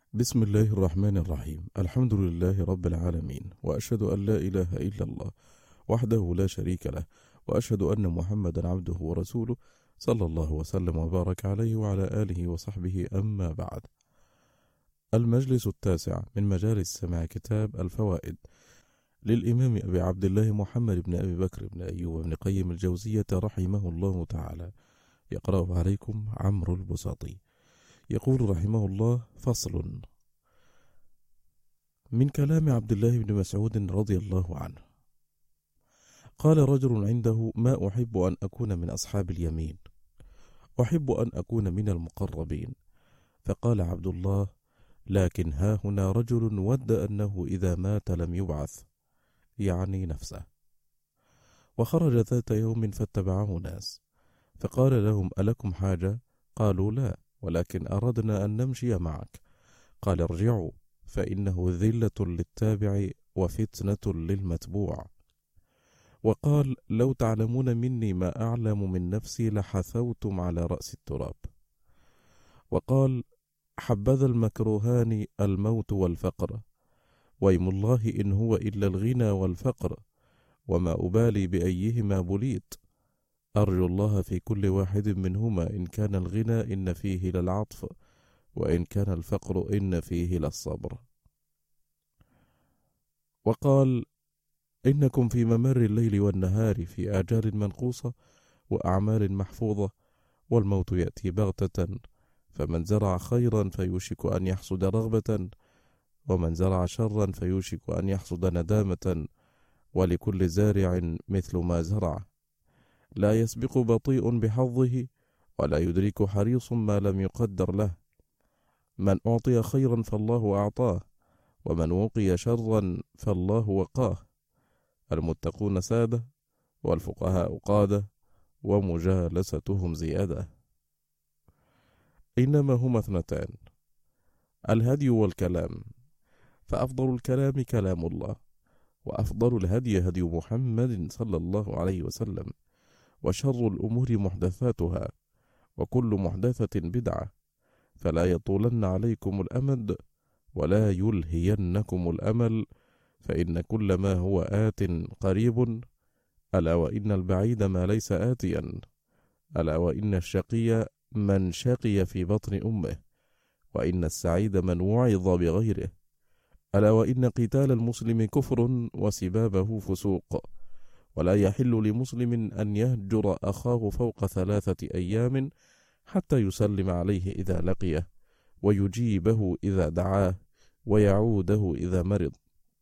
بسم الله الرحمن الرحيم. الحمد لله رب العالمين، وأشهد أن لا إله إلا الله وحده لا شريك له، وأشهد أن محمدا عبده ورسوله صلى الله وسلم وبارك عليه وعلى آله وصحبه. أما بعد، المجلس التاسع من مجالس سماع كتاب الفوائد للإمام أبي عبد الله محمد بن أبي بكر بن أيوب بن قيم الجوزية رحمه الله تعالى. يقرأ عليكم عمرو البساطي. يقول رحمه الله: فصل. من كلام عبد الله بن مسعود رضي الله عنه: قال رجل عنده: ما أحب أن أكون من أصحاب اليمين، أحب أن أكون من المقربين. فقال عبد الله: لكن ها هنا رجل ود أنه إذا مات لم يبعث، يعني نفسه. وخرج ذات يوم فاتبعه ناس، فقال لهم: ألكم حاجة؟ قالوا: لا، ولكن أردنا أن نمشي معك. قال: ارجعوا، فإنه ذلة للتابع وفتنة للمتبوع. وقال: لو تعلمون مني ما أعلم من نفسي لحثوتم على رأس التراب. وقال: حبذا المكروهان الموت والفقر، ويم الله إن هو إلا الغنى والفقر، وما أبالي بأيهما بليت. أرجو الله في كل واحد منهما، إن كان الغنى إن فيه للعطف، وإن كان الفقر إن فيه للصبر. وقال: إنكم في ممر الليل والنهار في آجال منقوصة وأعمال محفوظة، والموت يأتي بغتة، فمن زرع خيرا فيوشك أن يحصد رغبة، ومن زرع شرا فيوشك أن يحصد ندامة، ولكل زارع مثل ما زرع. لا يسبق بطيء بحظه، ولا يدرك حريص ما لم يقدر له. من أعطي خيرا فالله أعطاه، ومن وقي شرا فالله وقاه. المتقون سادة، والفقهاء قادة، ومجالستهم زيادة. إنما هما اثنتان: الهدي والكلام، فأفضل الكلام كلام الله، وأفضل الهدي هدي محمد صلى الله عليه وسلم، وشر الأمور محدثاتها، وكل محدثة بدعة. فلا يطولن عليكم الأمد، ولا يلهينكم الأمل، فإن كل ما هو آت قريب، ألا وإن البعيد ما ليس آتيا، ألا وإن الشقي من شقي في بطن أمه، وإن السعيد من وعظ بغيره، ألا وإن قتال المسلم كفر وسبابه فسوق، ولا يحل لمسلم أن يهجر أخاه فوق 3 أيام، حتى يسلم عليه إذا لقيه، ويجيبه إذا دعاه، ويعوده إذا مرض.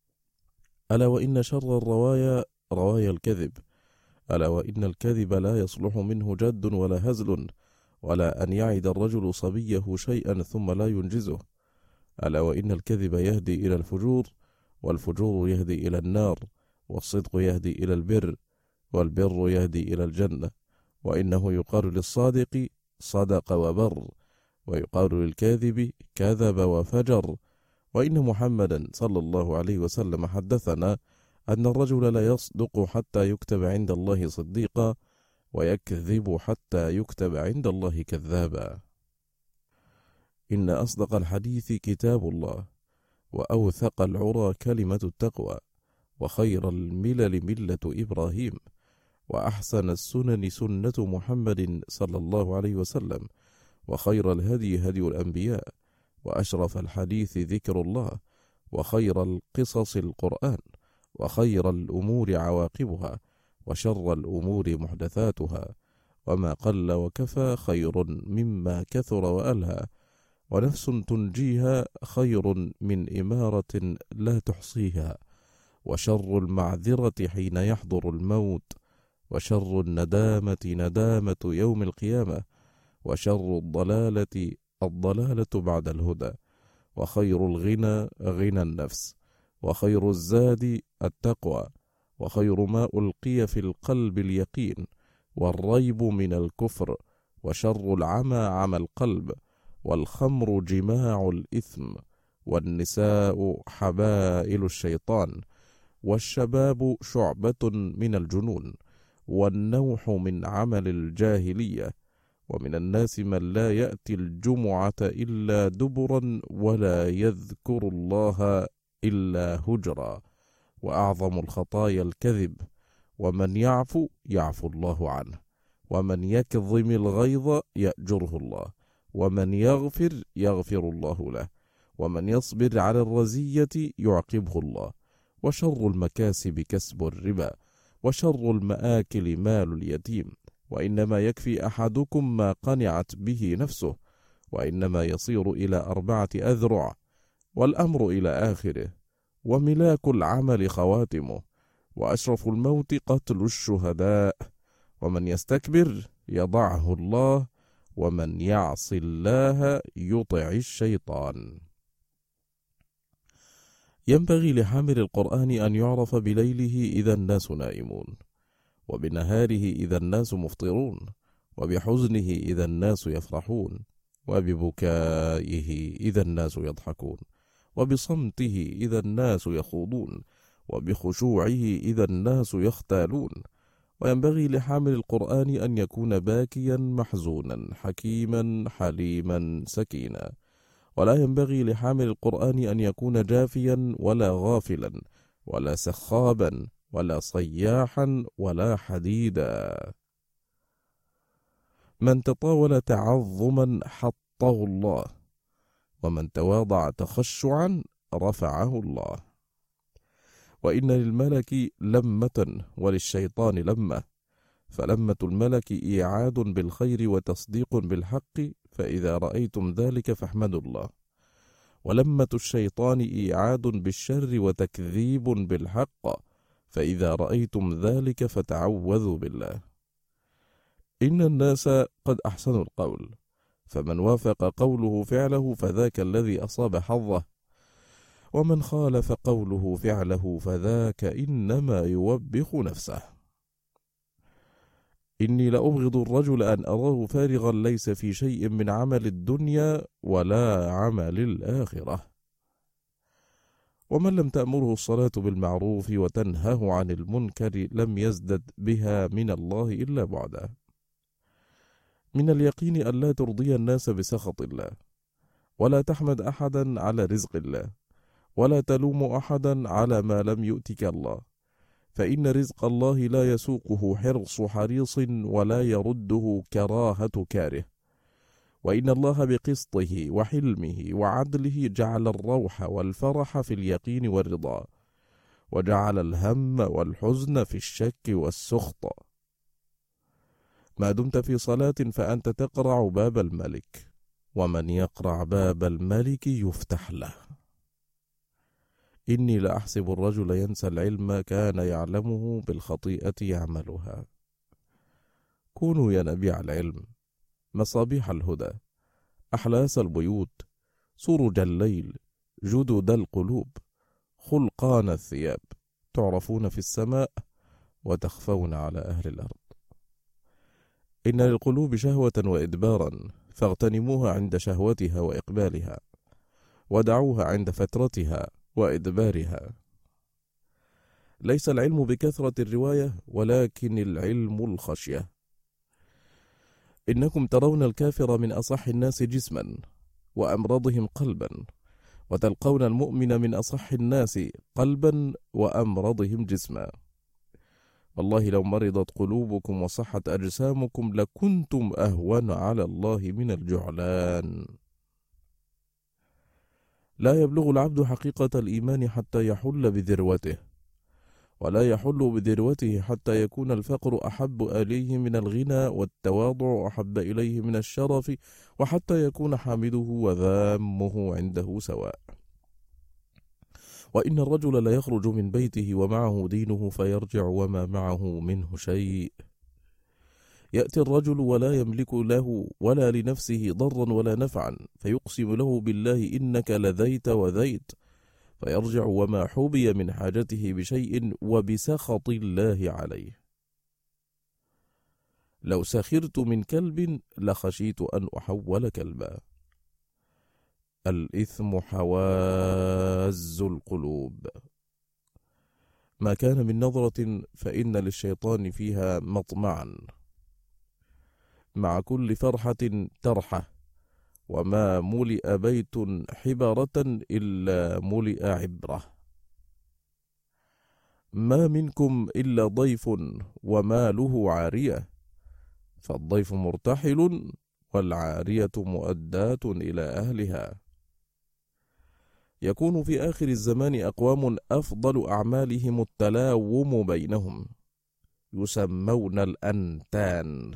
ألا وإن شر الروايا روايا الكذب، ألا وإن الكذب لا يصلح منه جد ولا هزل، ولا أن يعد الرجل صبيه شيئا ثم لا ينجزه. ألا وإن الكذب يهدي إلى الفجور، والفجور يهدي إلى النار، والصدق يهدي إلى البر، والبر يهدي إلى الجنة. وإنه يقال للصادق صدق وبر، ويقال للكاذب كذب وفجر. وإن محمدا صلى الله عليه وسلم حدثنا أن الرجل لا يصدق حتى يكتب عند الله صديقا، ويكذب حتى يكتب عند الله كذابا. إن أصدق الحديث كتاب الله، وأوثق العرى كلمة التقوى، وخير الملل ملة إبراهيم، وأحسن السنن سنة محمد صلى الله عليه وسلم، وخير الهدي هدي الأنبياء، وأشرف الحديث ذكر الله، وخير القصص القرآن، وخير الأمور عواقبها، وشر الأمور محدثاتها، وما قل وكفى خير مما كثر وألهى، ونفس تنجيها خير من إمارة لا تحصيها، وشر المعذرة حين يحضر الموت، وشر الندامة ندامة يوم القيامة، وشر الضلالة بعد الهدى، وخير الغنى غنى النفس، وخير الزاد التقوى، وخير ما ألقي في القلب اليقين، والريب من الكفر، وشر العمى عمى القلب، والخمر جماع الإثم، والنساء حبائل الشيطان، والشباب شعبة من الجنون، والنوح من عمل الجاهلية، ومن الناس من لا يأتي الجمعة إلا دبرا ولا يذكر الله إلا هجرا، وأعظم الخطايا الكذب، ومن يعفو يعفو الله عنه، ومن يكظم الغيظ يأجره الله، ومن يغفر يغفر الله له، ومن يصبر على الرزية يعقبه الله. وشر المكاسب كسب الربا، وشر المآكل مال اليتيم، وإنما يكفي أحدكم ما قنعت به نفسه، وإنما يصير إلى 4 أذرع، والأمر إلى آخره، وملاك العمل خواتمه، وأشرف الموت قتل الشهداء، ومن يستكبر يضعه الله، ومن يعص الله يطع الشيطان. ينبغي لحامل القرآن أن يعرف بليله إذا الناس نائمون، وبنهاره إذا الناس مفطرون، وبحزنه إذا الناس يفرحون، وببكائه إذا الناس يضحكون، وبصمته إذا الناس يخوضون، وبخشوعه إذا الناس يختالون. وينبغي لحامل القرآن أن يكون باكيا محزونا حكيما حليما سكينا، ولا ينبغي لحامل القرآن أن يكون جافيا ولا غافلا ولا سخابا ولا صياحا ولا حديدا. من تطاول تعظما حطه الله، ومن تواضع تخشعا رفعه الله. وإن للملك لمة وللشيطان لمة، فلمة الملك إيعاد بالخير وتصديق بالحق، فإذا رأيتم ذلك فاحمدوا الله، ولمة الشيطان إيعاد بالشر وتكذيب بالحق، فإذا رأيتم ذلك فتعوذوا بالله. إن الناس قد أحسنوا القول، فمن وافق قوله فعله فذاك الذي أصاب حظه، ومن خالف قوله فعله فذاك إنما يوبخ نفسه. إني لأبغض الرجل أن أراه فارغا ليس في شيء من عمل الدنيا ولا عمل الآخرة. ومن لم تأمره الصلاة بالمعروف وتنهه عن المنكر لم يزدد بها من الله إلا بعدا. من اليقين أن لا ترضي الناس بسخط الله، ولا تحمد أحدا على رزق الله، ولا تلوم أحدا على ما لم يؤتك الله، فإن رزق الله لا يسوقه حرص حريص ولا يرده كراهة كاره، وإن الله بقسطه وحلمه وعدله جعل الروح والفرح في اليقين والرضا، وجعل الهم والحزن في الشك والسخط. ما دمت في صلاة فأنت تقرع باب الملك، ومن يقرع باب الملك يفتح له. إني لأحسب الرجل ينسى العلم كان يعلمه بالخطيئة يعملها. كونوا يا نبيع العلم مصابيح الهدى، أحلاس البيوت، سرج الليل، جدد القلوب، خلقان الثياب، تعرفون في السماء وتخفون على أهل الأرض. إن للقلوب شهوة وإدبارا، فاغتنموها عند شهوتها وإقبالها، ودعوها عند فترتها وإدبارها. ليس العلم بكثرة الرواية، ولكن العلم الخشية. إنكم ترون الكافر من أصح الناس جسما وأمرضهم قلبا، وتلقون المؤمن من أصح الناس قلبا وأمرضهم جسما. والله لو مرضت قلوبكم وصحت أجسامكم لكنتم أهون على الله من الجعلان. لا يبلغ العبد حقيقة الإيمان حتى يحل بذروته، ولا يحل بذروته حتى يكون الفقر أحب إليه من الغنى، والتواضع أحب إليه من الشرف، وحتى يكون حامده وذامه عنده سواء. وإن الرجل لا يخرج من بيته ومعه دينه فيرجع وما معه منه شيء. يأتي الرجل ولا يملك له ولا لنفسه ضرا ولا نفعا، فيقسم له بالله إنك لذيت وذيت، فيرجع وما حبي من حاجته بشيء وبسخط الله عليه. لو سخرت من كلب لخشيت أن أحول كلبا. الإثم حواز القلوب. ما كان من نظرة فإن للشيطان فيها مطمعا. مع كل فرحة ترحة، وما ملئ بيت حبرة إلا ملئ عبرة. ما منكم إلا ضيف وماله عارية، فالضيف مرتحل والعارية مؤداة إلى أهلها. يكون في آخر الزمان أقوام أفضل أعمالهم التلاوم بينهم، يسمون الأنتان.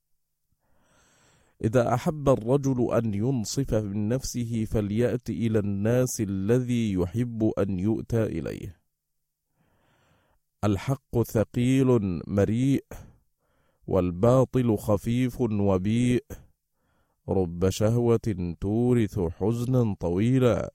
إذا أحب الرجل أن ينصف من نفسه فليأت إلى الناس الذي يحب أن يؤتى إليه. الحق ثقيل مريء، والباطل خفيف وبيء، رب شهوة تورث حزنا طويلا.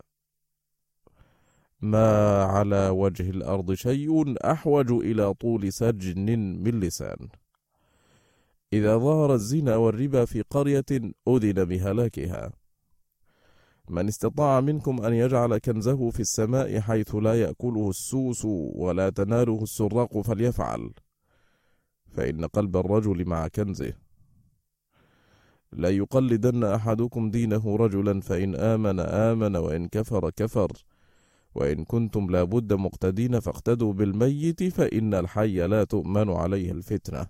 ما على وجه الأرض شيء أحوج إلى طول سجن من لسان. إذا ظهر الزنا والربا في قرية أذن بهلاكها. من استطاع منكم أن يجعل كنزه في السماء حيث لا يأكله السوس ولا تناله السراق فليفعل، فإن قلب الرجل مع كنزه. لا يقلدن أحدكم دينه رجلا، فإن آمن آمن وإن كفر كفر، وإن كنتم لابد مقتدين فاقتدوا بالميت، فإن الحي لا تؤمن عليه الفتنة.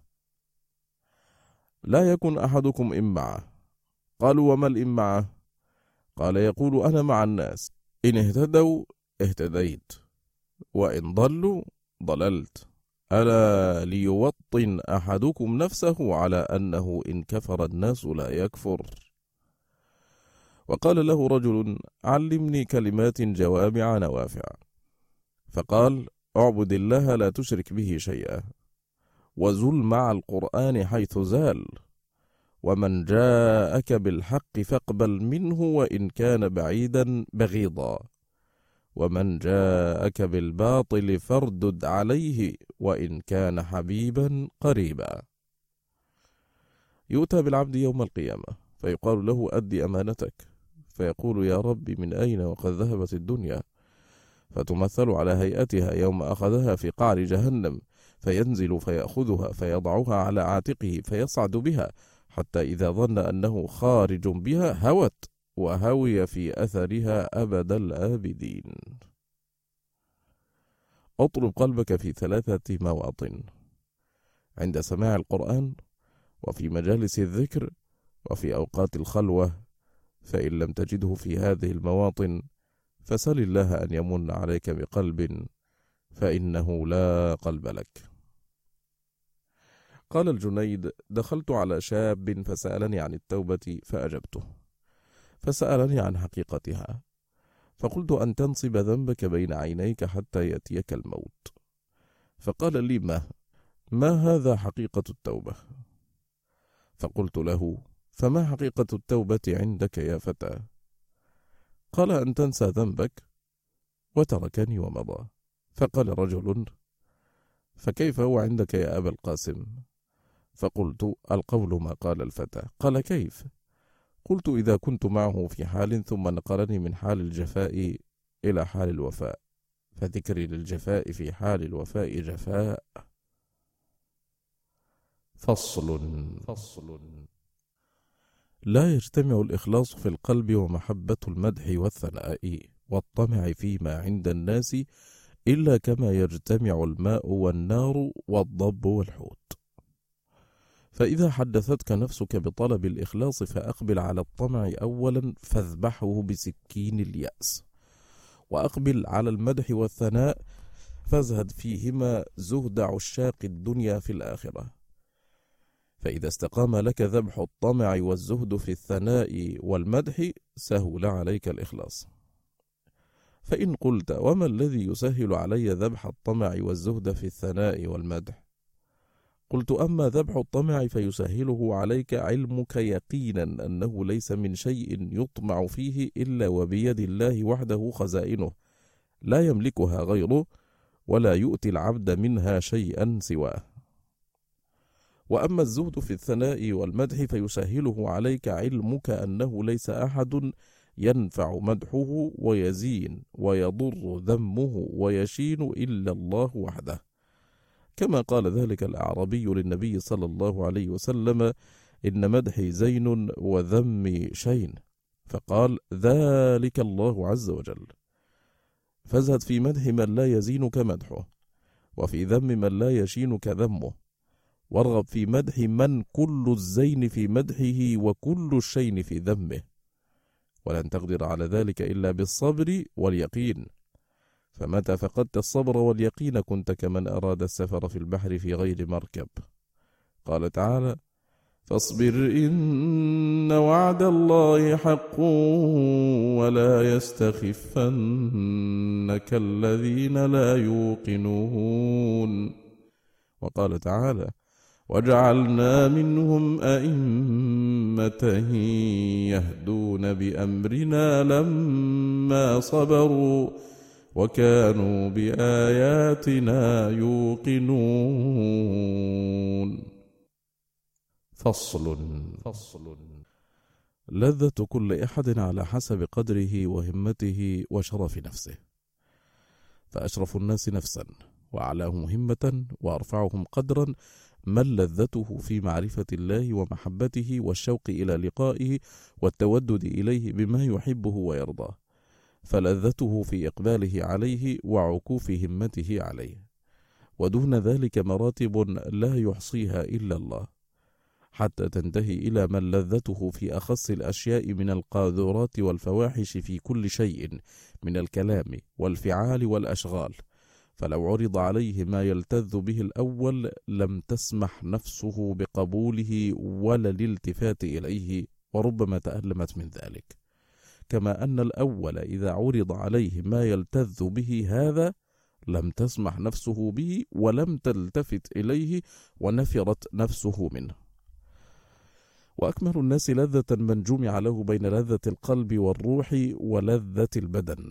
لا يكن أحدكم إمعة. قالوا وما الإمعة؟ قال يقول أنا مع الناس، إن اهتدوا اهتديت، وإن ضلوا ضللت. ألا ليوطن أحدكم نفسه على أنه إن كفر الناس لا يكفر. وقال له رجل علمني كلمات جوامع نوافع، فقال اعبد الله لا تشرك به شيئا، وزل مع القرآن حيث زال، ومن جاءك بالحق فاقبل منه وإن كان بعيدا بغيضا، ومن جاءك بالباطل فاردد عليه وإن كان حبيبا قريبا. يؤتى بالعبد يوم القيامة فيقال له أدي أمانتك، فيقول يا رب من أين وقد ذهبت الدنيا، فتمثل على هيئتها يوم أخذها في قعر جهنم، فينزل فيأخذها فيضعها على عاتقه فيصعد بها، حتى إذا ظن أنه خارج بها هوت وهوي في أثرها أبد الآبدين. اطلب قلبك في 3 مواطن: عند سماع القرآن، وفي مجالس الذكر، وفي أوقات الخلوة. فإن لم تجده في هذه المواطن فسل الله أن يمن عليك بقلب، فإنه لا قلب لك. قال الجنيد: دخلت على شاب فسألني عن التوبة فأجبته، فسألني عن حقيقتها، فقلت أن تنصب ذنبك بين عينيك حتى يأتيك الموت. فقال لي: ما هذا حقيقة التوبة؟ فقلت له: فما حقيقة التوبة عندك يا فتى؟ قال: أن تنسى ذنبك، وتركني ومضى. فقال رجل: فكيف هو عندك يا أبا القاسم؟ فقلت: القول ما قال الفتى. قال: كيف؟ قلت: إذا كنت معه في حال ثم نقلني من حال الجفاء إلى حال الوفاء، فذكري للجفاء في حال الوفاء جفاء. فصل. لا يجتمع الإخلاص في القلب ومحبة المدح والثناء والطمع فيما عند الناس إلا كما يجتمع الماء والنار والضب والحوت. فإذا حدثتك نفسك بطلب الإخلاص فأقبل على الطمع أولا فاذبحه بسكين اليأس، وأقبل على المدح والثناء فازهد فيهما زهد عشاق الدنيا في الآخرة. فإذا استقام لك ذبح الطمع والزهد في الثناء والمدح سهل عليك الإخلاص. فإن قلت: وما الذي يسهل علي ذبح الطمع والزهد في الثناء والمدح؟ قلت: أما ذبح الطمع فيسهله عليك علمك يقينا أنه ليس من شيء يطمع فيه إلا وبيد الله وحده خزائنه، لا يملكها غيره، ولا يؤتي العبد منها شيئا سواه. وأما الزهد في الثناء والمدح فيسهله عليك علمك أنه ليس أحد ينفع مدحه ويزين ويضر ذمه ويشين إلا الله وحده، كما قال ذلك الأعرابي للنبي صلى الله عليه وسلم: إن مدحي زين وذمي شين، فقال ذلك الله عز وجل. فازهد في مدح من لا يزينك مدحه، وفي ذم من لا يشينك ذمه، وارغب في مدح من كل الزين في مدحه وكل الشين في ذمه، ولن تقدر على ذلك إلا بالصبر واليقين، فمتى فقدت الصبر واليقين كنت كمن أراد السفر في البحر في غير مركب. قال تعالى فاصبر إن وعد الله حق ولا يستخفنك الذين لا يوقنون. وقال تعالى وجعلنا منهم أئمة يهدون بأمرنا لما صبروا وكانوا بآياتنا يوقنون. فصل لذة كل أحد على حسب قدره وهمته وشرف نفسه، فأشرف الناس نفسا وأعلاهم همة وأرفعهم قدرا من لذته في معرفة الله ومحبته والشوق إلى لقائه والتودد إليه بما يحبه ويرضاه، فلذته في إقباله عليه وعكوف همته عليه، ودون ذلك مراتب لا يحصيها إلا الله، حتى تنتهي إلى من لذته في أخص الأشياء من القاذورات والفواحش في كل شيء من الكلام والفعال والأشغال، فلو عرض عليه ما يلتذ به الأول لم تسمح نفسه بقبوله ولا الالتفات إليه، وربما تألمت من ذلك، كما أن الأول إذا عرض عليه ما يلتذ به هذا لم تسمح نفسه به ولم تلتفت إليه ونفرت نفسه منه. وأكمل الناس لذة من جمع له بين لذة القلب والروح ولذة البدن،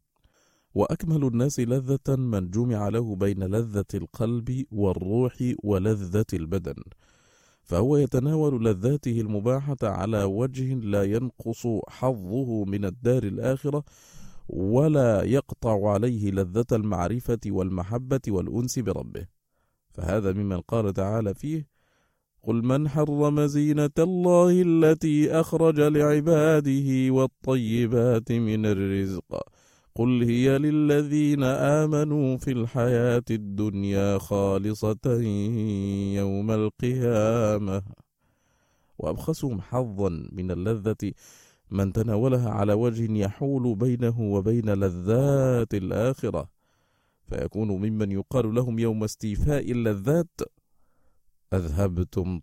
وأكمل الناس لذة من جمع له بين لذة القلب والروح ولذة البدن، فهو يتناول لذاته المباحة على وجه لا ينقص حظه من الدار الآخرة ولا يقطع عليه لذة المعرفة والمحبة والأنس بربه، فهذا ممن قال تعالى فيه قل من حرم زينة الله التي أخرج لعباده والطيبات من الرزق قل هي للذين آمنوا في الحياة الدنيا خالصة يوم القيامة. وأبخسهم حظا من اللذة من تناولها على وجه يحول بينه وبين لذات الآخرة، فيكون ممن يقال لهم يوم استيفاء اللذات أذهبتم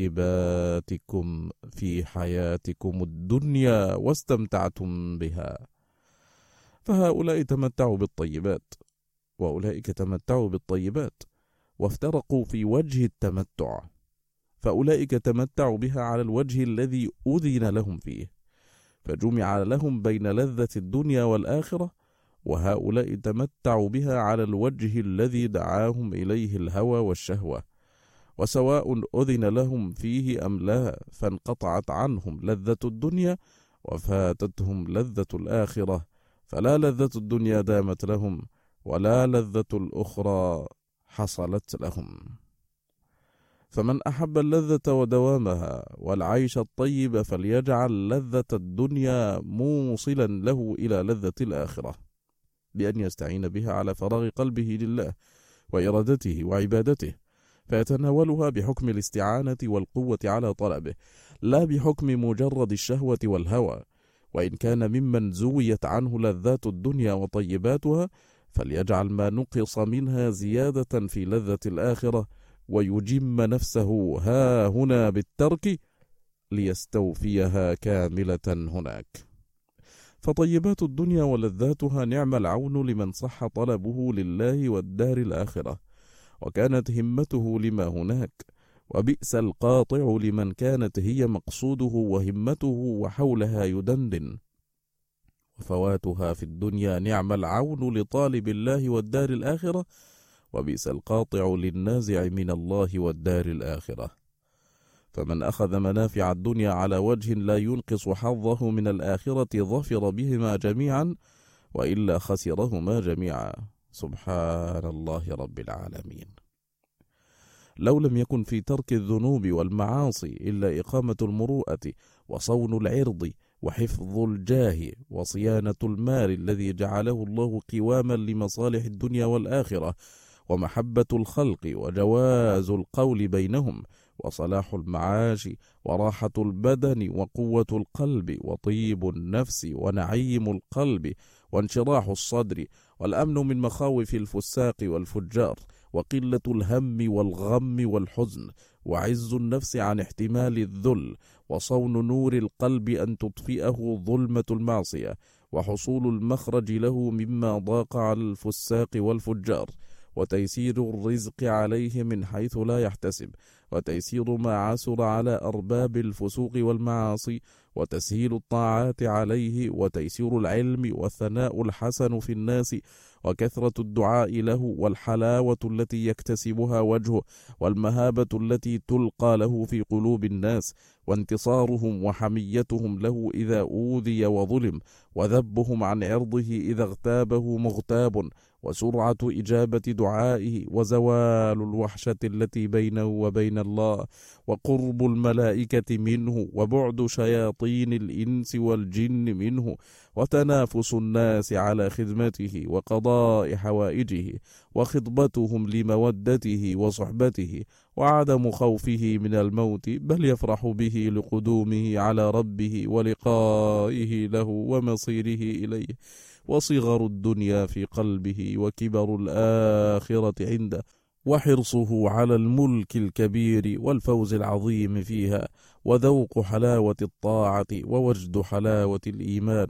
طيباتكم في حياتكم الدنيا واستمتعتم بها، فهؤلاء تمتعوا بالطيبات وأولئك تمتعوا بالطيبات وافترقوا في وجه التمتع، فأولئك تمتعوا بها على الوجه الذي أذن لهم فيه فجمع لهم بين لذة الدنيا والآخرة، وهؤلاء تمتعوا بها على الوجه الذي دعاهم إليه الهوى والشهوة، وسواء أذن لهم فيه أم لا، فانقطعت عنهم لذة الدنيا وفاتتهم لذة الآخرة، فلا لذة الدنيا دامت لهم ولا لذة الأخرى حصلت لهم. فمن أحب اللذة ودوامها والعيش الطيب فليجعل لذة الدنيا موصلا له إلى لذة الآخرة بأن يستعين بها على فراغ قلبه لله وإرادته وعبادته، فيتناولها بحكم الاستعانة والقوة على طلبه لا بحكم مجرد الشهوة والهوى. وإن كان ممن زويت عنه لذات الدنيا وطيباتها فليجعل ما نقص منها زيادة في لذة الآخرة ويجم نفسه ها هنا بالترك ليستوفيها كاملة هناك. فطيبات الدنيا ولذاتها نعم العون لمن صح طلبه لله والدار الآخرة وكانت همته لما هناك، وبئس القاطع لمن كانت هي مقصوده وهمته وحولها يدندن. وفواتها في الدنيا نعم العون لطالب الله والدار الآخرة، وبئس القاطع للنازع من الله والدار الآخرة. فمن أخذ منافع الدنيا على وجه لا ينقص حظه من الآخرة ظفر بهما جميعا، وإلا خسرهما جميعا. سبحان الله رب العالمين. لو لم يكن في ترك الذنوب والمعاصي إلا إقامة المروءة وصون العرض وحفظ الجاه وصيانة المال الذي جعله الله قواما لمصالح الدنيا والآخرة، ومحبة الخلق وجواز القول بينهم، وصلاح المعاش وراحة البدن وقوة القلب وطيب النفس ونعيم القلب وانشراح الصدر والأمن من مخاوف الفساق والفجار وقلة الهم والغم والحزن وعز النفس عن احتمال الذل وصون نور القلب أن تطفئه ظلمة المعصية وحصول المخرج له مما ضاق على الفساق والفجار وتيسير الرزق عليه من حيث لا يحتسب وتيسير ما عسر على أرباب الفسوق والمعاصي وتسهيل الطاعات عليه وتيسير العلم والثناء الحسن في الناس وكثرة الدعاء له والحلاوة التي يكتسبها وجهه والمهابة التي تلقى له في قلوب الناس وانتصارهم وحميتهم له إذا أوذي وظلم وذبهم عن عرضه إذا اغتابه مغتاب وسرعة إجابة دعائه وزوال الوحشة التي بينه وبين الله وقرب الملائكة منه وبعد شياطين الإنس والجن منه وتنافس الناس على خدمته وقضاء حوائجه وخطبتهم لمودته وصحبته وعدم خوفه من الموت بل يفرح به لقدومه على ربه ولقائه له ومصيره إليه وصغر الدنيا في قلبه وكبر الآخرة عنده وحرصه على الملك الكبير والفوز العظيم فيها وذوق حلاوة الطاعة ووجد حلاوة الإيمان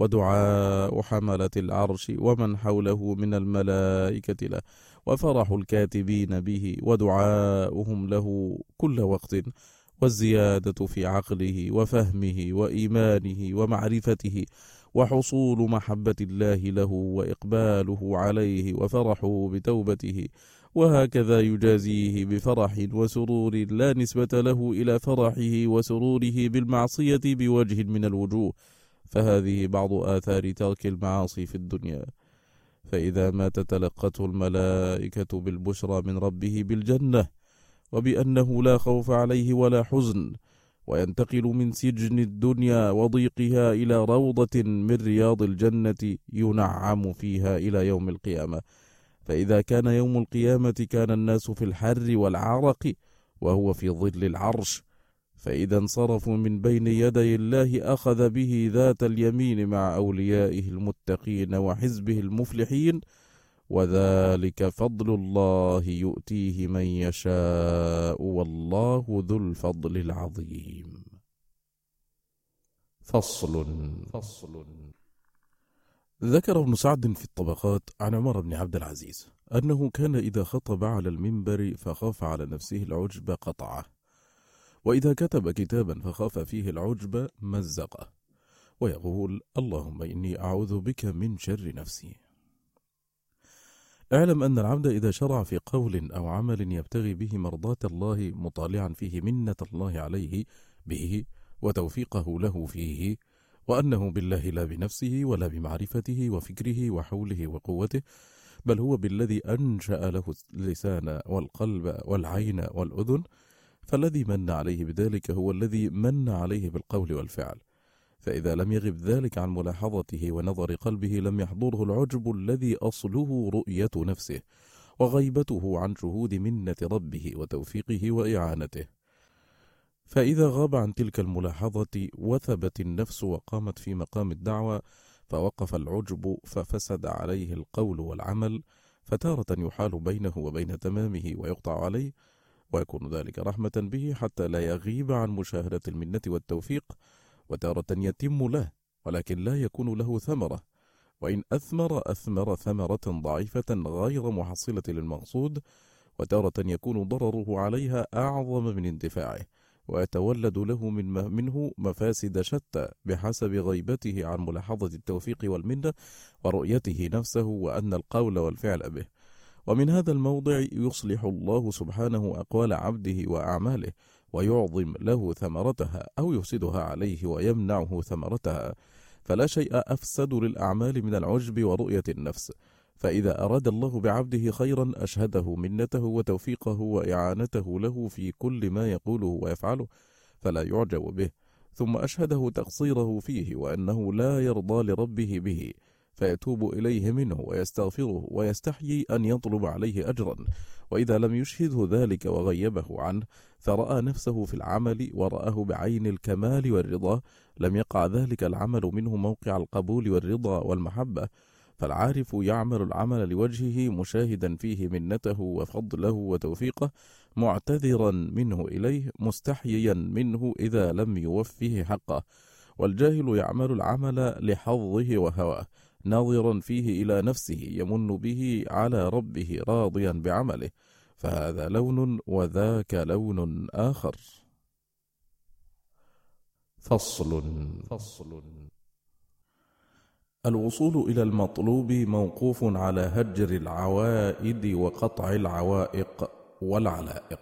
ودعاء حملة العرش ومن حوله من الملائكة له وفرح الكاتبين به ودعاؤهم له كل وقت والزيادة في عقله وفهمه وإيمانه ومعرفته وحصول محبة الله له وإقباله عليه وفرحه بتوبته وهكذا يجازيه بفرح وسرور لا نسبة له إلى فرحه وسروره بالمعصية بوجه من الوجوه. فهذه بعض آثار ترك المعاصي في الدنيا. فإذا مات تلقته الملائكة بالبشرى من ربه بالجنة وبأنه لا خوف عليه ولا حزن، وينتقل من سجن الدنيا وضيقها إلى روضة من رياض الجنة ينعم فيها إلى يوم القيامة. فإذا كان يوم القيامة كان الناس في الحر والعرق وهو في ظل العرش، فإذا انصرفوا من بين يدي الله أخذ به ذات اليمين مع أوليائه المتقين وحزبه المفلحين، وذلك فضل الله يؤتيه من يشاء والله ذو الفضل العظيم. فصل ذكر ابن سعد في الطبقات عن عمر بن عبد العزيز أنه كان إذا خطب على المنبر فخاف على نفسه العجب قطعه، وإذا كتب كتابا فخاف فيه العجب مزقه، ويقول اللهم إني أعوذ بك من شر نفسي. اعلم أن العبد إذا شرع في قول أو عمل يبتغي به مرضاة الله مطالعا فيه منة الله عليه به وتوفيقه له فيه، وأنه بالله لا بنفسه ولا بمعرفته وفكره وحوله وقوته، بل هو بالذي أنشأ له اللسان والقلب والعين والأذن، فالذي من عليه بذلك هو الذي من عليه بالقول والفعل. فإذا لم يغب ذلك عن ملاحظته ونظر قلبه لم يحضره العجب الذي أصله رؤية نفسه وغيبته عن شهود منة ربه وتوفيقه وإعانته. فإذا غاب عن تلك الملاحظة وثبت النفس وقامت في مقام الدعوة فوقف العجب ففسد عليه القول والعمل، فتارة يحال بينه وبين تمامه ويقطع عليه، ويكون ذلك رحمة به حتى لا يغيب عن مشاهدة المنة والتوفيق، وتارة يتم له ولكن لا يكون له ثمرة، وإن أثمر ثمرة ضعيفة غير محصلة للمقصود، وتارة يكون ضرره عليها أعظم من انتفاعه، ويتولد له منه مفاسد شتى بحسب غيبته عن ملاحظة التوفيق والمنة ورؤيته نفسه وأن القول والفعل به. ومن هذا الموضع يصلح الله سبحانه أقوال عبده وأعماله ويعظم له ثمرتها أو يفسدها عليه ويمنعه ثمرتها، فلا شيء أفسد للأعمال من العجب ورؤية النفس، فإذا أراد الله بعبده خيرا أشهده منته وتوفيقه وإعانته له في كل ما يقوله ويفعله فلا يعجب به، ثم أشهده تقصيره فيه وأنه لا يرضى لربه به، فيتوب إليه منه ويستغفره ويستحيي أن يطلب عليه أجرا. وإذا لم يشهده ذلك وغيبه عنه فرأى نفسه في العمل ورآه بعين الكمال والرضا، لم يقع ذلك العمل منه موقع القبول والرضا والمحبة. فالعارف يعمل العمل لوجهه مشاهدا فيه منته وفضله وتوفيقه، معتذرا منه إليه مستحييا منه إذا لم يوفه حقه. والجاهل يعمل العمل لحظه وهواه، ناظرا فيه إلى نفسه يمن به على ربه راضيا بعمله، فهذا لون وذاك لون آخر. فصل. الوصول إلى المطلوب موقوف على هجر العوائد وقطع العوائق والعلائق.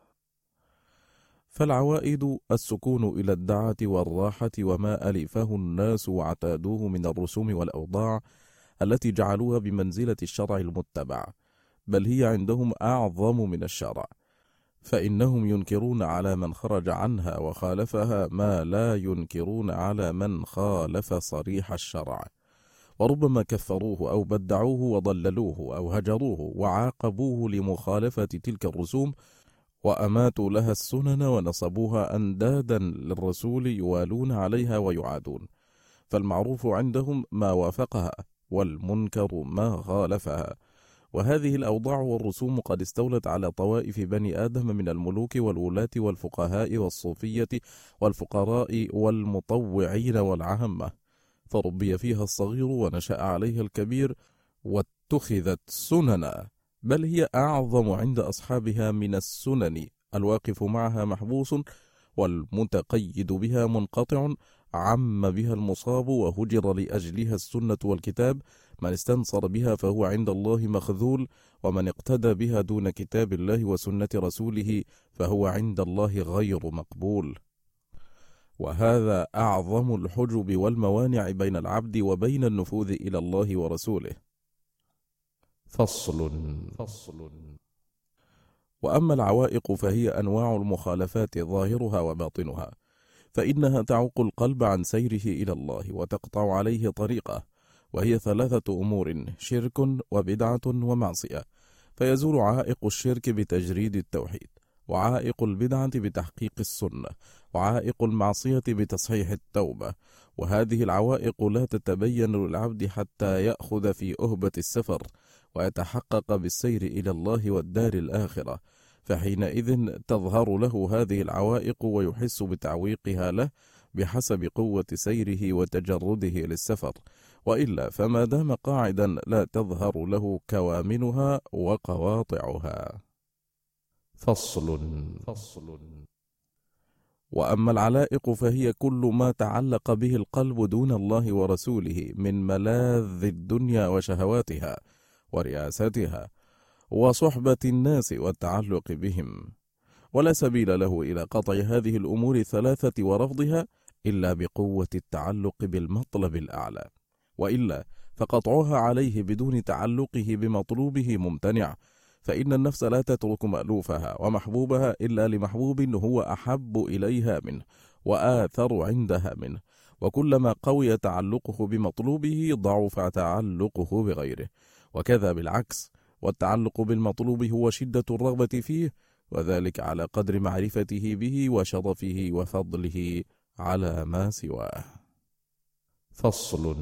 فالعوائد السكون إلى الدعة والراحة وما ألفه الناس واعتادوه من الرسوم والأوضاع التي جعلوها بمنزلة الشرع المتبع، بل هي عندهم أعظم من الشرع، فإنهم ينكرون على من خرج عنها وخالفها ما لا ينكرون على من خالف صريح الشرع، وربما كفروه أو بدعوه وضللوه أو هجروه وعاقبوه لمخالفة تلك الرسوم، وأماتوا لها السنن ونصبوها أندادا للرسول يوالون عليها ويعادون. فالمعروف عندهم ما وافقها، والمنكر ما خالفها. وهذه الأوضاع والرسوم قد استولت على طوائف بني آدم من الملوك والولاة والفقهاء والصوفية والفقراء والمطوعين والعامة، فربي فيها الصغير ونشأ عليها الكبير واتخذت سننا، بل هي أعظم عند أصحابها من السنن. الواقف معها محبوس، والمتقيد بها منقطع. عم بها المصاب وهجر لأجلها السنة والكتاب. من استنصر بها فهو عند الله مخذول، ومن اقتدى بها دون كتاب الله وسنة رسوله فهو عند الله غير مقبول. وهذا أعظم الحجب والموانع بين العبد وبين النفوذ إلى الله ورسوله. فصل. وأما العوائق فهي أنواع المخالفات ظاهرها وباطنها، فإنها تعوق القلب عن سيره إلى الله وتقطع عليه طريقه، وهي 3 أمور: شرك وبدعة ومعصية. فيزول عائق الشرك بتجريد التوحيد، وعائق البدعة بتحقيق السنة، وعائق المعصية بتصحيح التوبة. وهذه العوائق لا تتبين للعبد حتى يأخذ في أهبة السفر ويتحقق بالسير إلى الله والدار الآخرة، فحينئذ تظهر له هذه العوائق ويحس بتعويقها له بحسب قوة سيره وتجرده للسفر، وإلا فما دام قاعدا لا تظهر له كوامنها وقواطعها. فصل. وأما العلائق فهي كل ما تعلق به القلب دون الله ورسوله من ملاذ الدنيا وشهواتها ورياستها وصحبة الناس والتعلق بهم، ولا سبيل له إلى قطع هذه الأمور 3 ورفضها إلا بقوة التعلق بالمطلب الأعلى، وإلا فقطعها عليه بدون تعلقه بمطلوبه ممتنع، فإن النفس لا تترك مألوفها ومحبوبها إلا لمحبوب هو أحب إليها منه وآثر عندها منه، وكلما قوي تعلقه بمطلوبه ضعف تعلقه بغيره، وكذا بالعكس. والتعلق بالمطلوب هو شدة الرغبة فيه، وذلك على قدر معرفته به وشرفه وفضله على ما سواه. فصل.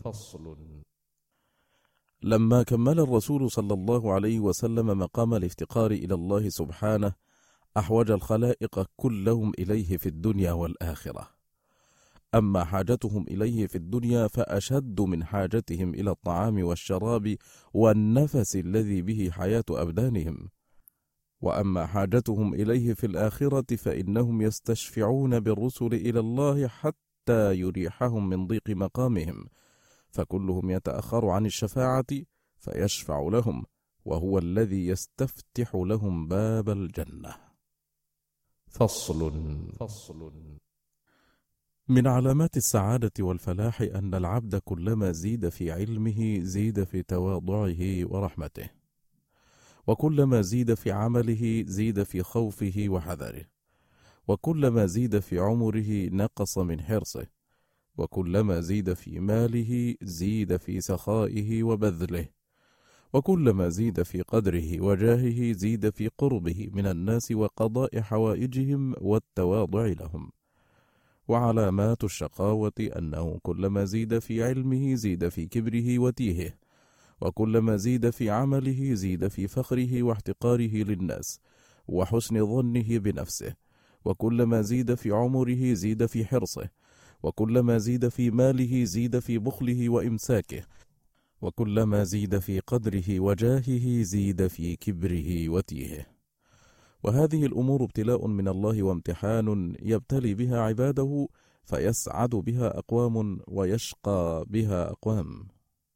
لما كمل الرسول صلى الله عليه وسلم مقام الافتقار إلى الله سبحانه، أحوج الخلائق كلهم إليه في الدنيا والآخرة. أما حاجتهم إليه في الدنيا فأشد من حاجتهم إلى الطعام والشراب والنفس الذي به حياة أبدانهم. وأما حاجتهم إليه في الآخرة فإنهم يستشفعون بالرسل إلى الله حتى يريحهم من ضيق مقامهم، فكلهم يتأخر عن الشفاعة فيشفع لهم، وهو الذي يستفتح لهم باب الجنة. فصل. من علامات السعادة والفلاح أن العبد كلما زيد في علمه زيد في تواضعه ورحمته، وكلما زيد في عمله زيد في خوفه وحذره، وكلما زيد في عمره نقص من حرصه، وكلما زيد في ماله زيد في سخائه وبذله، وكلما زيد في قدره وجاهه زيد في قربه من الناس وقضاء حوائجهم والتواضع لهم. وعلامات الشقاوة أنه كلما زيد في علمه زيد في كبره وتيهه، وكلما زيد في عمله زيد في فخره واحتقاره للناس وحسن ظنه بنفسه، وكلما زيد في عمره زيد في حرصه، وكلما زيد في ماله زيد في بخله وإمساكه، وكلما زيد في قدره وجاهه زيد في كبره وتيهه. وهذه الأمور ابتلاء من الله وامتحان يبتلي بها عباده، فيسعد بها أقوام ويشقى بها أقوام.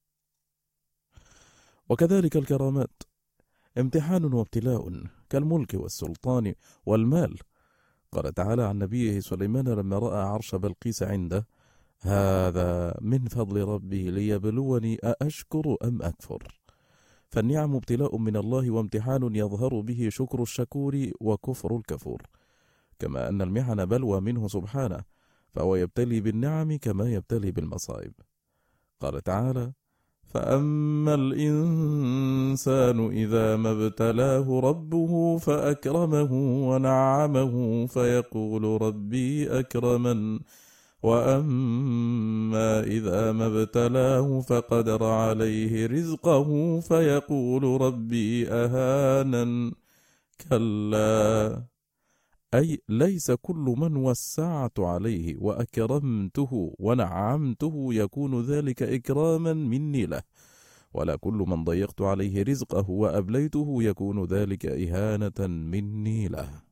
وكذلك الكرامات امتحان وابتلاء كالملك والسلطان والمال. قال تعالى عن نبيه سليمان لما رأى عرش بلقيس عنده: هذا من فضل ربي ليبلوني أأشكر أم أكفر. فالنعم ابتلاء من الله وامتحان يظهر به شكر الشكور وكفر الكفور، كما أن المحن بلوى منه سبحانه، فهو يبتلي بالنعم كما يبتلي بالمصائب. قال تعالى: فأما الإنسان إذا ما ابتلاه ربه فأكرمه ونعمه فيقول ربي أكرمن، وأما إذا ما ابتلاه فقدر عليه رزقه فيقول ربي أهانن. كلا، أي ليس كل من وسعت عليه وأكرمته ونعمته يكون ذلك إكراما مني له، ولا كل من ضيقت عليه رزقه وأبليته يكون ذلك إهانة مني له.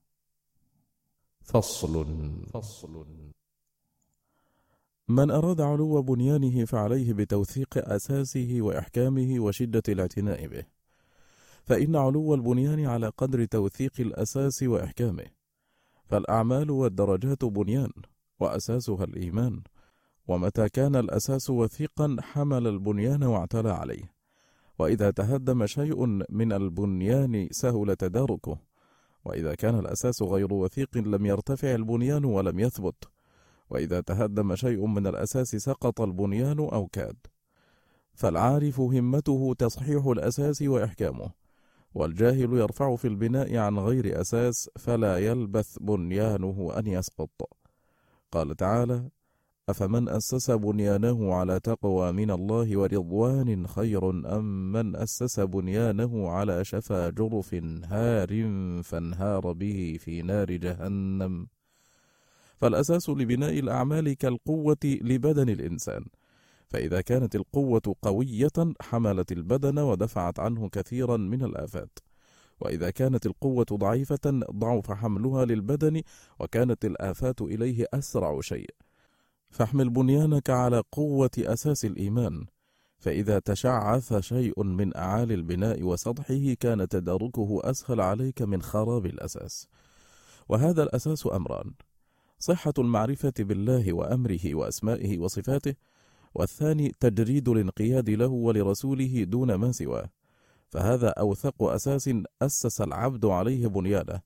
فصل. من أراد علو بنيانه فعليه بتوثيق أساسه وإحكامه وشدة الاعتناء به، فإن علو البنيان على قدر توثيق الأساس وإحكامه. فالأعمال والدرجات بنيان، وأساسها الإيمان، ومتى كان الأساس وثيقا حمل البنيان واعتلى عليه، وإذا تهدم شيء من البنيان سهل تداركه، وإذا كان الأساس غير وثيق لم يرتفع البنيان ولم يثبت، وإذا تهدم شيء من الأساس سقط البنيان أو كاد. فالعارف همته تصحيح الأساس وإحكامه، والجاهل يرفع في البناء عن غير أساس فلا يلبث بنيانه أن يسقط. قال تعالى: أفمن أسس بنيانه على تقوى من الله ورضوان خير أم من أسس بنيانه على شفا جرف هار فانهار به في نار جهنم. فالأساس لبناء الأعمال كالقوة لبدن الإنسان، فإذا كانت القوة قوية حملت البدن ودفعت عنه كثيرا من الآفات، وإذا كانت القوة ضعيفة ضعف حملها للبدن وكانت الآفات إليه أسرع شيء. فاحمل بنيانك على قوة أساس الإيمان، فإذا تشعث شيء من أعالي البناء وسطحه كان تداركه أسهل عليك من خراب الأساس. وهذا الأساس أمران: صحة المعرفة بالله وأمره وأسمائه وصفاته، والثاني تجريد الانقياد له ولرسوله دون ما سواه، فهذا أوثق أساس أسس العبد عليه بنيانه،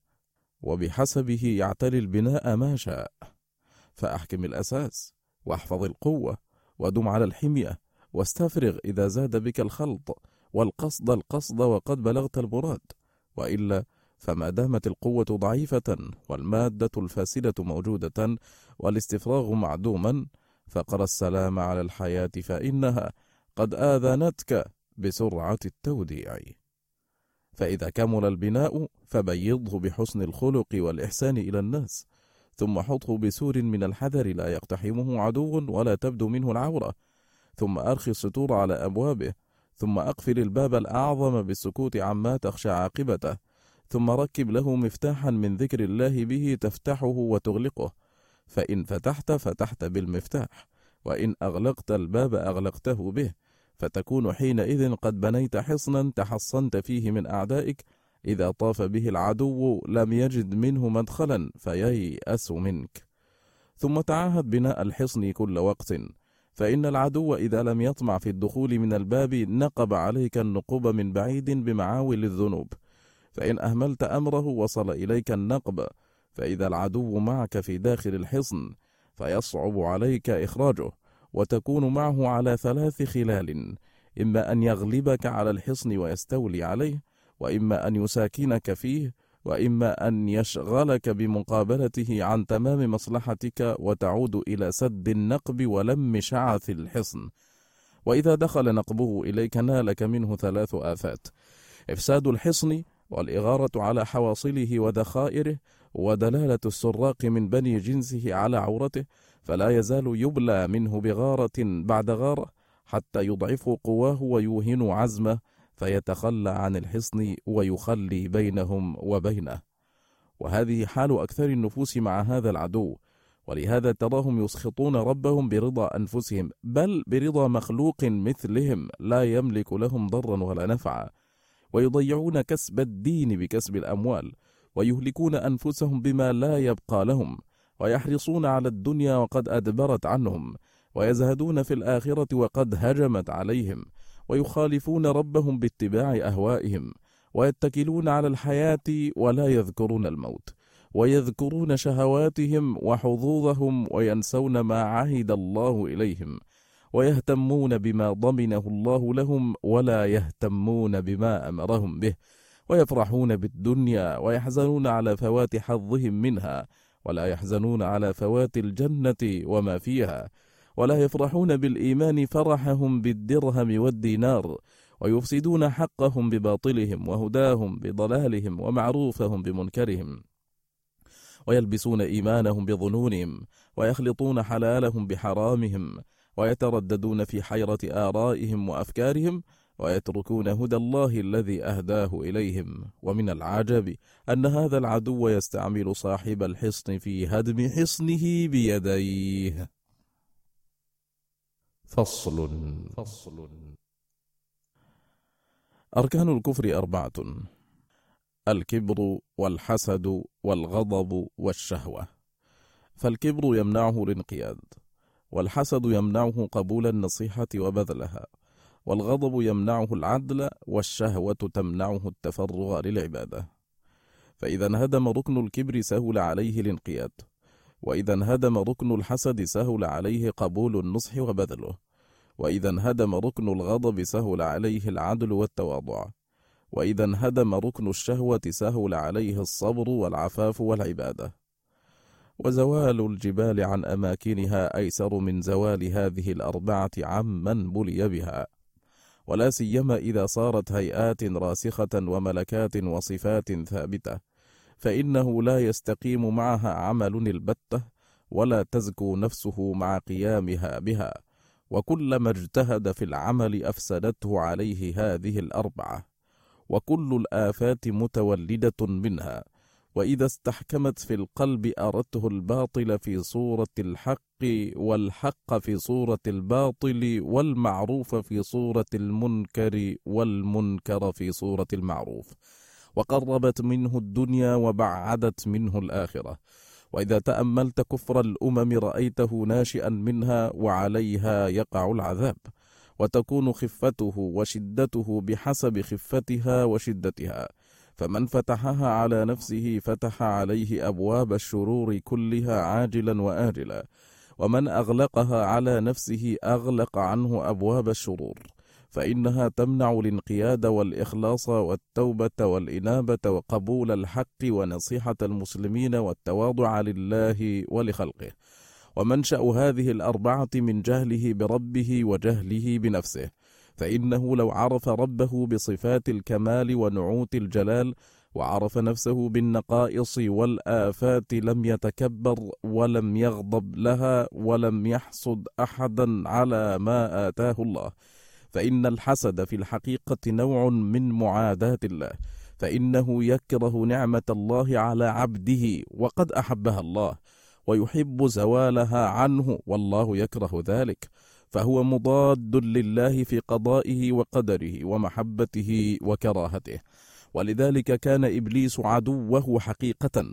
وبحسبه يعتلي البناء ما شاء. فأحكم الأساس واحفظ القوة ودم على الحمية، واستفرغ إذا زاد بك الخلط، والقصد وقد بلغت المراد، وإلا فما دامت القوة ضعيفة والمادة الفاسدة موجودة والاستفراغ معدوما فقر السلام على الحياة، فإنها قد آذنتك بسرعة التوديع. فإذا كمل البناء فبيضه بحسن الخلق والإحسان إلى الناس، ثم حطه بسور من الحذر لا يقتحمه عدو ولا تبدو منه العورة، ثم أرخي الستور على أبوابه، ثم أقفل الباب الأعظم بالسكوت عما تخشى عاقبته، ثم ركب له مفتاحا من ذكر الله به تفتحه وتغلقه، فإن فتحت بالمفتاح، وإن أغلقت الباب أغلقته به، فتكون حينئذ قد بنيت حصنا تحصنت فيه من أعدائك، إذا طاف به العدو لم يجد منه مدخلا فييأس منك. ثم تعاهد بناء الحصن كل وقت، فإن العدو إذا لم يطمع في الدخول من الباب نقب عليك النقوب من بعيد بمعاول الذنوب، فإن أهملت أمره وصل إليك النقب. فإذا العدو معك في داخل الحصن فيصعب عليك إخراجه، وتكون معه على 3 خلال: إما أن يغلبك على الحصن ويستولي عليه، وإما أن يساكنك فيه، وإما أن يشغلك بمقابلته عن تمام مصلحتك وتعود إلى سد النقب ولم شعث الحصن. وإذا دخل نقبه إليك نالك منه 3 آفات: إفساد الحصن، والإغارة على حواصله وذخائره، ودلالة السراق من بني جنسه على عورته، فلا يزال يبلى منه بغارة بعد غارة حتى يضعفوا قواه ويوهنوا عزمه، فيتخلى عن الحصن ويخلي بينهم وبينه. وهذه حال أكثر النفوس مع هذا العدو، ولهذا تراهم يسخطون ربهم برضا أنفسهم، بل برضا مخلوق مثلهم لا يملك لهم ضرا ولا نفعا، ويضيعون كسب الدين بكسب الأموال، ويهلكون أنفسهم بما لا يبقى لهم، ويحرصون على الدنيا وقد أدبرت عنهم، ويزهدون في الآخرة وقد هجمت عليهم، ويخالفون ربهم باتباع أهوائهم، ويتكلون على الحياة ولا يذكرون الموت، ويذكرون شهواتهم وحظوظهم، وينسون ما عهد الله إليهم، ويهتمون بما ضمنه الله لهم ولا يهتمون بما أمرهم به، ويفرحون بالدنيا ويحزنون على فوات حظهم منها، ولا يحزنون على فوات الجنة وما فيها، ولا يفرحون بالإيمان فرحهم بالدرهم والدينار، ويفسدون حقهم بباطلهم، وهداهم بضلالهم، ومعروفهم بمنكرهم، ويلبسون إيمانهم بظنونهم، ويخلطون حلالهم بحرامهم، ويترددون في حيرة آرائهم وأفكارهم، ويتركون هدى الله الذي أهداه إليهم. ومن العجب أن هذا العدو يستعمل صاحب الحصن في هدم حصنه بيديه. فصل. أركان الكفر 4: الكبر والحسد والغضب والشهوة. فالكبر يمنعه الانقياد، والحسد يمنعه قبول النصيحة وبذلها، والغضب يمنعه العدل، والشهوة تمنعه التفرغ للعبادة. فإذا انهدم ركن الكبر سهل عليه الانقياد، وإذا انهدم ركن الحسد سهل عليه قبول النصح وبذله، وإذا انهدم ركن الغضب سهل عليه العدل والتواضع، وإذا انهدم ركن الشهوة سهل عليه الصبر والعفاف والعبادة. وزوال الجبال عن أماكنها أيسر من زوال هذه الأربعة عمن بلي بها، ولا سيما إذا صارت هيئات راسخة وملكات وصفات ثابتة، فإنه لا يستقيم معها عمل البتة، ولا تزكو نفسه مع قيامها بها، وكلما اجتهد في العمل أفسدته عليه هذه الأربعة، وكل الآفات متولدة منها. وإذا استحكمت في القلب أردته الباطل في صورة الحق، والحق في صورة الباطل، والمعروف في صورة المنكر، والمنكر في صورة المعروف، وقربت منه الدنيا وبعدت منه الآخرة. وإذا تأملت كفر الأمم رأيته ناشئا منها، وعليها يقع العذاب، وتكون خفته وشدته بحسب خفتها وشدتها. فمن فتحها على نفسه فتح عليه أبواب الشرور كلها عاجلا وآجلا، ومن أغلقها على نفسه أغلق عنه أبواب الشرور، فإنها تمنع الانقياد والإخلاص والتوبة والإنابة وقبول الحق ونصيحة المسلمين والتواضع لله ولخلقه. ومنشأ هذه الأربعة من جهله بربه وجهله بنفسه، فإنه لو عرف ربه بصفات الكمال ونعوت الجلال، وعرف نفسه بالنقائص والآفات، لم يتكبر ولم يغضب لها، ولم يحسد أحدا على ما آتاه الله. فإن الحسد في الحقيقة نوع من معاداة الله، فإنه يكره نعمة الله على عبده وقد أحبها الله، ويحب زوالها عنه والله يكره ذلك، فهو مضاد لله في قضائه وقدره ومحبته وكراهته. ولذلك كان إبليس عدوه حقيقة،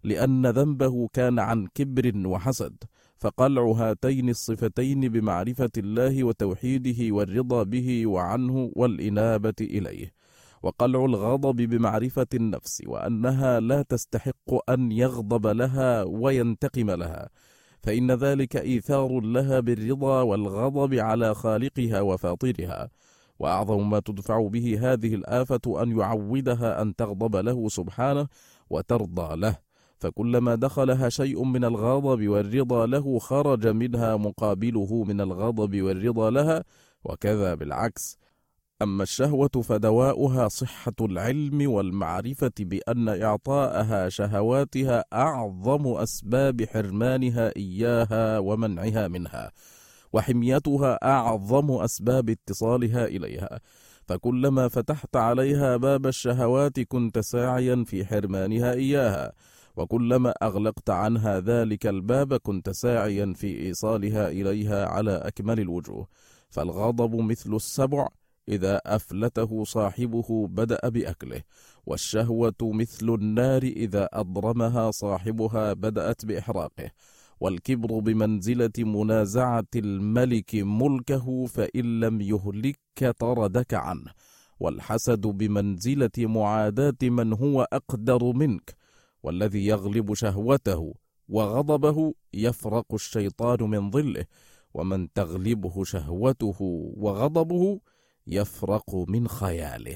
لأن ذنبه كان عن كبر وحسد، فقلع هاتين الصفتين بمعرفة الله وتوحيده والرضا به وعنه والإنابة إليه، وقلع الغضب بمعرفة النفس وأنها لا تستحق أن يغضب لها وينتقم لها، فإن ذلك إيثار لها بالرضا والغضب على خالقها وفاطرها. وأعظم ما تدفع به هذه الآفة أن يعودها أن تغضب له سبحانه وترضى له، فكلما دخلها شيء من الغضب والرضا له خرج منها مقابله من الغضب والرضا لها، وكذا بالعكس. أما الشهوة فدواؤها صحة العلم والمعرفة بأن إعطاءها شهواتها أعظم أسباب حرمانها إياها ومنعها منها، وحميتها أعظم أسباب اتصالها إليها، فكلما فتحت عليها باب الشهوات كنت ساعيا في حرمانها إياها، وكلما أغلقت عنها ذلك الباب كنت ساعيا في إيصالها إليها على أكمل الوجوه. فالغضب مثل السبع، إذا أفلته صاحبه بدأ بأكله، والشهوة مثل النار، إذا أضرمها صاحبها بدأت بإحراقه، والكبر بمنزلة منازعة الملك ملكه، فإن لم يهلك طردك عنه، والحسد بمنزلة معاداة من هو أقدر منك، والذي يغلب شهوته وغضبه يفرق الشيطان من ظله، ومن تغلبه شهوته وغضبه يفرق من خياله.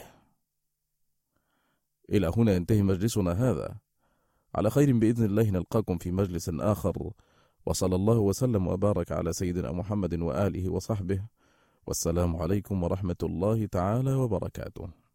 إلى هنا ينتهي مجلسنا هذا، على خير بإذن الله نلقاكم في مجلس آخر، وصلى الله وسلم وبارك على سيدنا محمد وآله وصحبه، والسلام عليكم ورحمة الله تعالى وبركاته.